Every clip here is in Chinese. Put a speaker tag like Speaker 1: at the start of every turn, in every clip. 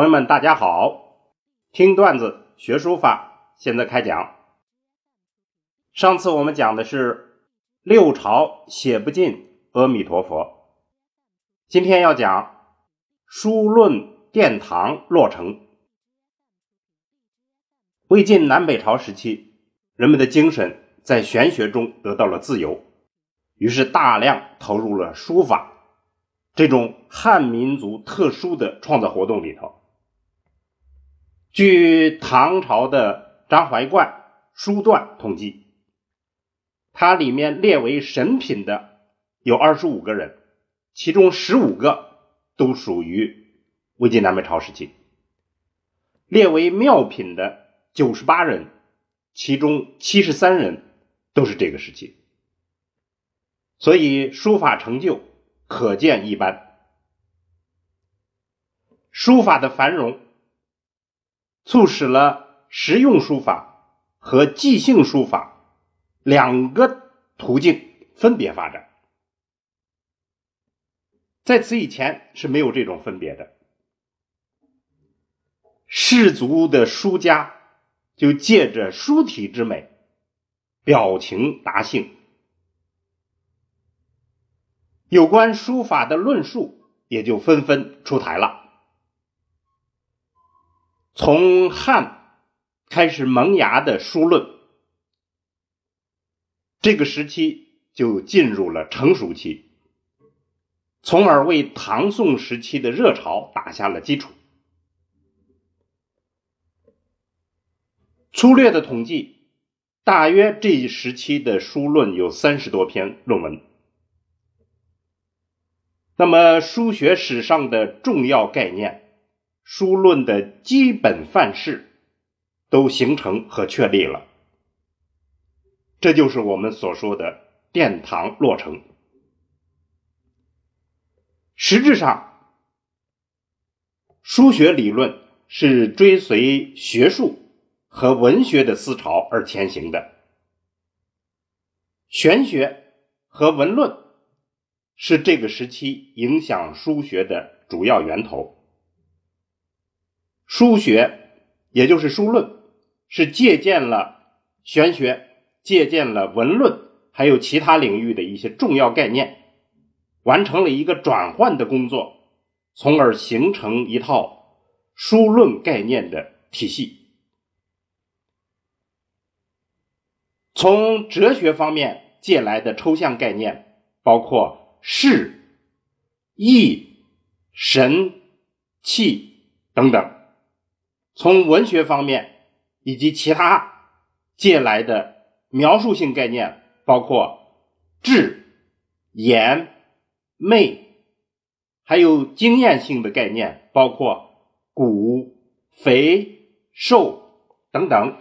Speaker 1: 朋友们大家好，听段子学书法，现在开讲。上次我们讲的是六朝写不尽阿弥陀佛，今天要讲书论殿堂落成。魏晋南北朝时期，人们的精神在玄学中得到了自由，于是大量投入了书法这种汉民族特殊的创造活动里头。据唐朝的张怀灌书段统计，它里面列为神品的有25个人，其中15个都属于魏晋南北朝时期；列为妙品的98人，其中73人都是这个时期。所以书法成就可见一斑。书法的繁荣促使了实用书法和即兴书法两个途径分别发展。在此以前是没有这种分别的。士族的书家就借着书体之美，表情达兴，有关书法的论述也就纷纷出台了。从汉开始萌芽的书论，这个时期就进入了成熟期，从而为唐宋时期的热潮打下了基础。粗略的统计，大约这一时期的书论有30多篇论文。那么书学史上的重要概念，书论的基本范式都形成和确立了，这就是我们所说的殿堂落成。实质上，书学理论是追随学术和文学的思潮而前行的，玄学和文论是这个时期影响书学的主要源头。书学也就是书论是借鉴了玄学，借鉴了文论还有其他领域的一些重要概念，完成了一个转换的工作，从而形成一套书论概念的体系。从哲学方面借来的抽象概念包括势、意、神、气等等，从文学方面以及其他借来的描述性概念包括智、言、昧，还有经验性的概念包括骨、肥、瘦等等。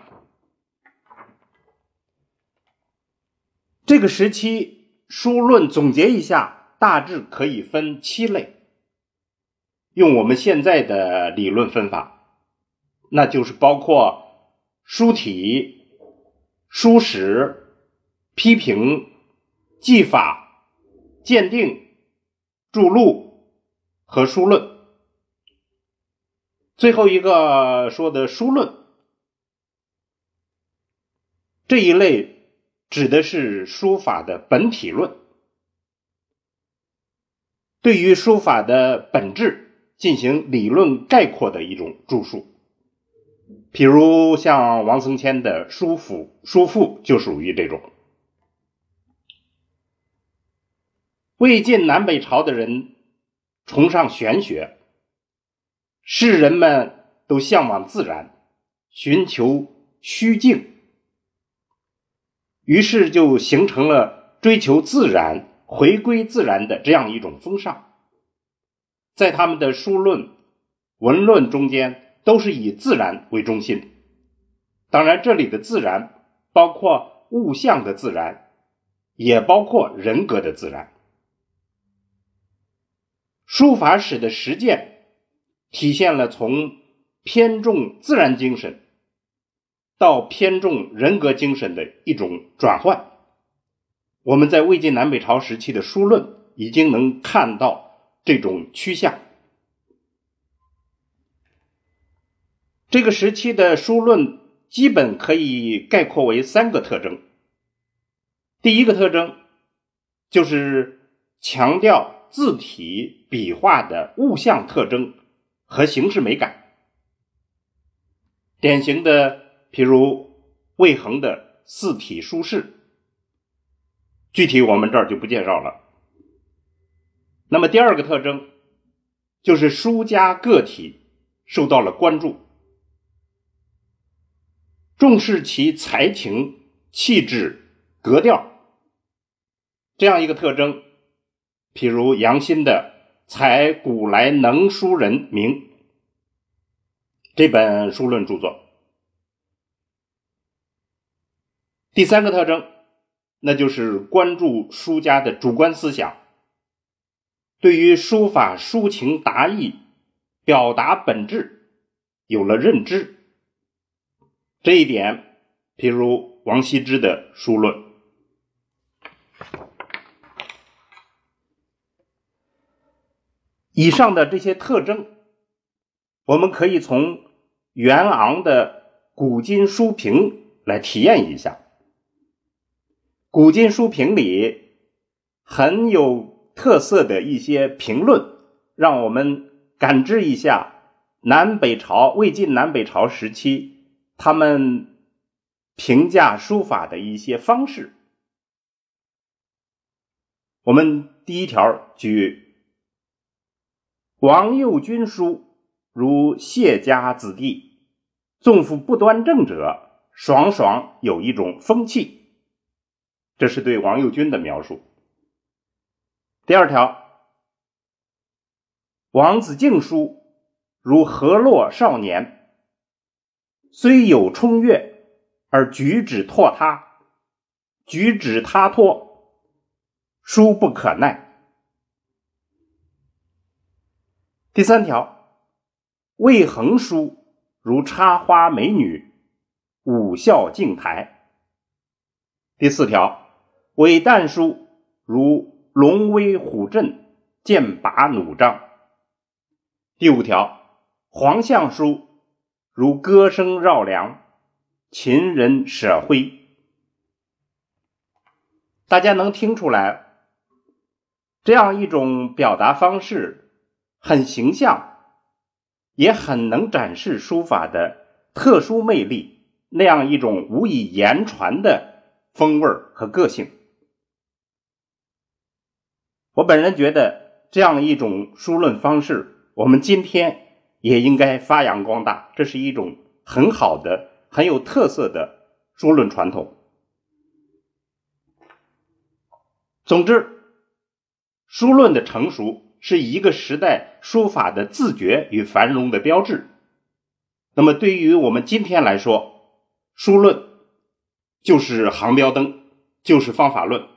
Speaker 1: 这个时期书论总结一下，大致可以分7类。用我们现在的理论分法，那就是包括书体、书史、批评、技法、鉴定、注录和书论。最后一个说的书论，这一类指的是书法的本体论，对于书法的本质进行理论概括的一种著述。譬如像王僧谦的书赋就属于这种。魏晋南北朝的人崇尚玄学，士人们都向往自然，寻求虚静，于是就形成了追求自然、回归自然的这样一种风尚。在他们的书论、文论中间都是以自然为中心，当然这里的自然包括物象的自然，也包括人格的自然。书法史的实践体现了从偏重自然精神到偏重人格精神的一种转换。我们在魏晋南北朝时期的书论已经能看到这种趋向。 这个时期的书论基本可以概括为3个特征。第一个特征就是强调字体笔画的物象特征和形式美感，典型的譬如魏恒的四体书式，具体我们这儿就不介绍了。那么第二个特征就是书家个体受到了关注，重视其才情、气质、格调，这样一个特征，譬如杨新的《采古来能书人名》这本书论著作。第三个特征，那就是关注书家的主观思想，对于书法抒情达意、表达本质有了认知。这一点，譬如王羲之的书论。以上的这些特征，我们可以从元昂的古今书评来体验一下。古今书评里很有特色的一些评论，让我们感知一下魏晋南北朝时期他们评价书法的一些方式。我们第一条举王右军书，如谢家子弟，纵复不端正者，爽爽有一种风气。这是对王右军的描述。第二条，王子敬书，如河洛少年，虽有冲跃，而举止他脱，书不可耐。第三条，魏恒书，如插花美女，武孝敬台。第四条，韦诞书，如龙威虎振，剑拔弩张。第五条，黄象书，如歌声绕梁，秦人舍徽。大家能听出来，这样一种表达方式很形象，也很能展示书法的特殊魅力，那样一种无以言传的风味和个性。我本人觉得这样一种书论方式，我们今天也应该发扬光大，这是一种很好的、很有特色的书论传统。总之，书论的成熟是一个时代书法的自觉与繁荣的标志。那么对于我们今天来说，书论就是航标灯，就是方法论。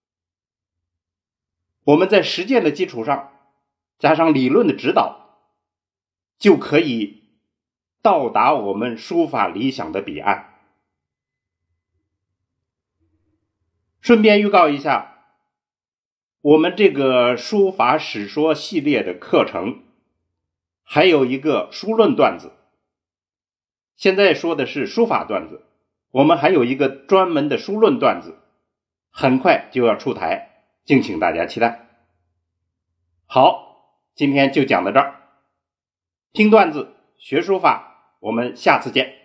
Speaker 1: 我们在实践的基础上，加上理论的指导，就可以到达我们书法理想的彼岸。顺便预告一下，我们这个书法史说系列的课程还有一个书论段子。现在说的是书法段子，我们还有一个专门的书论段子，很快就要出台，敬请大家期待。好，今天就讲到这儿。听段子学书法，我们下次见。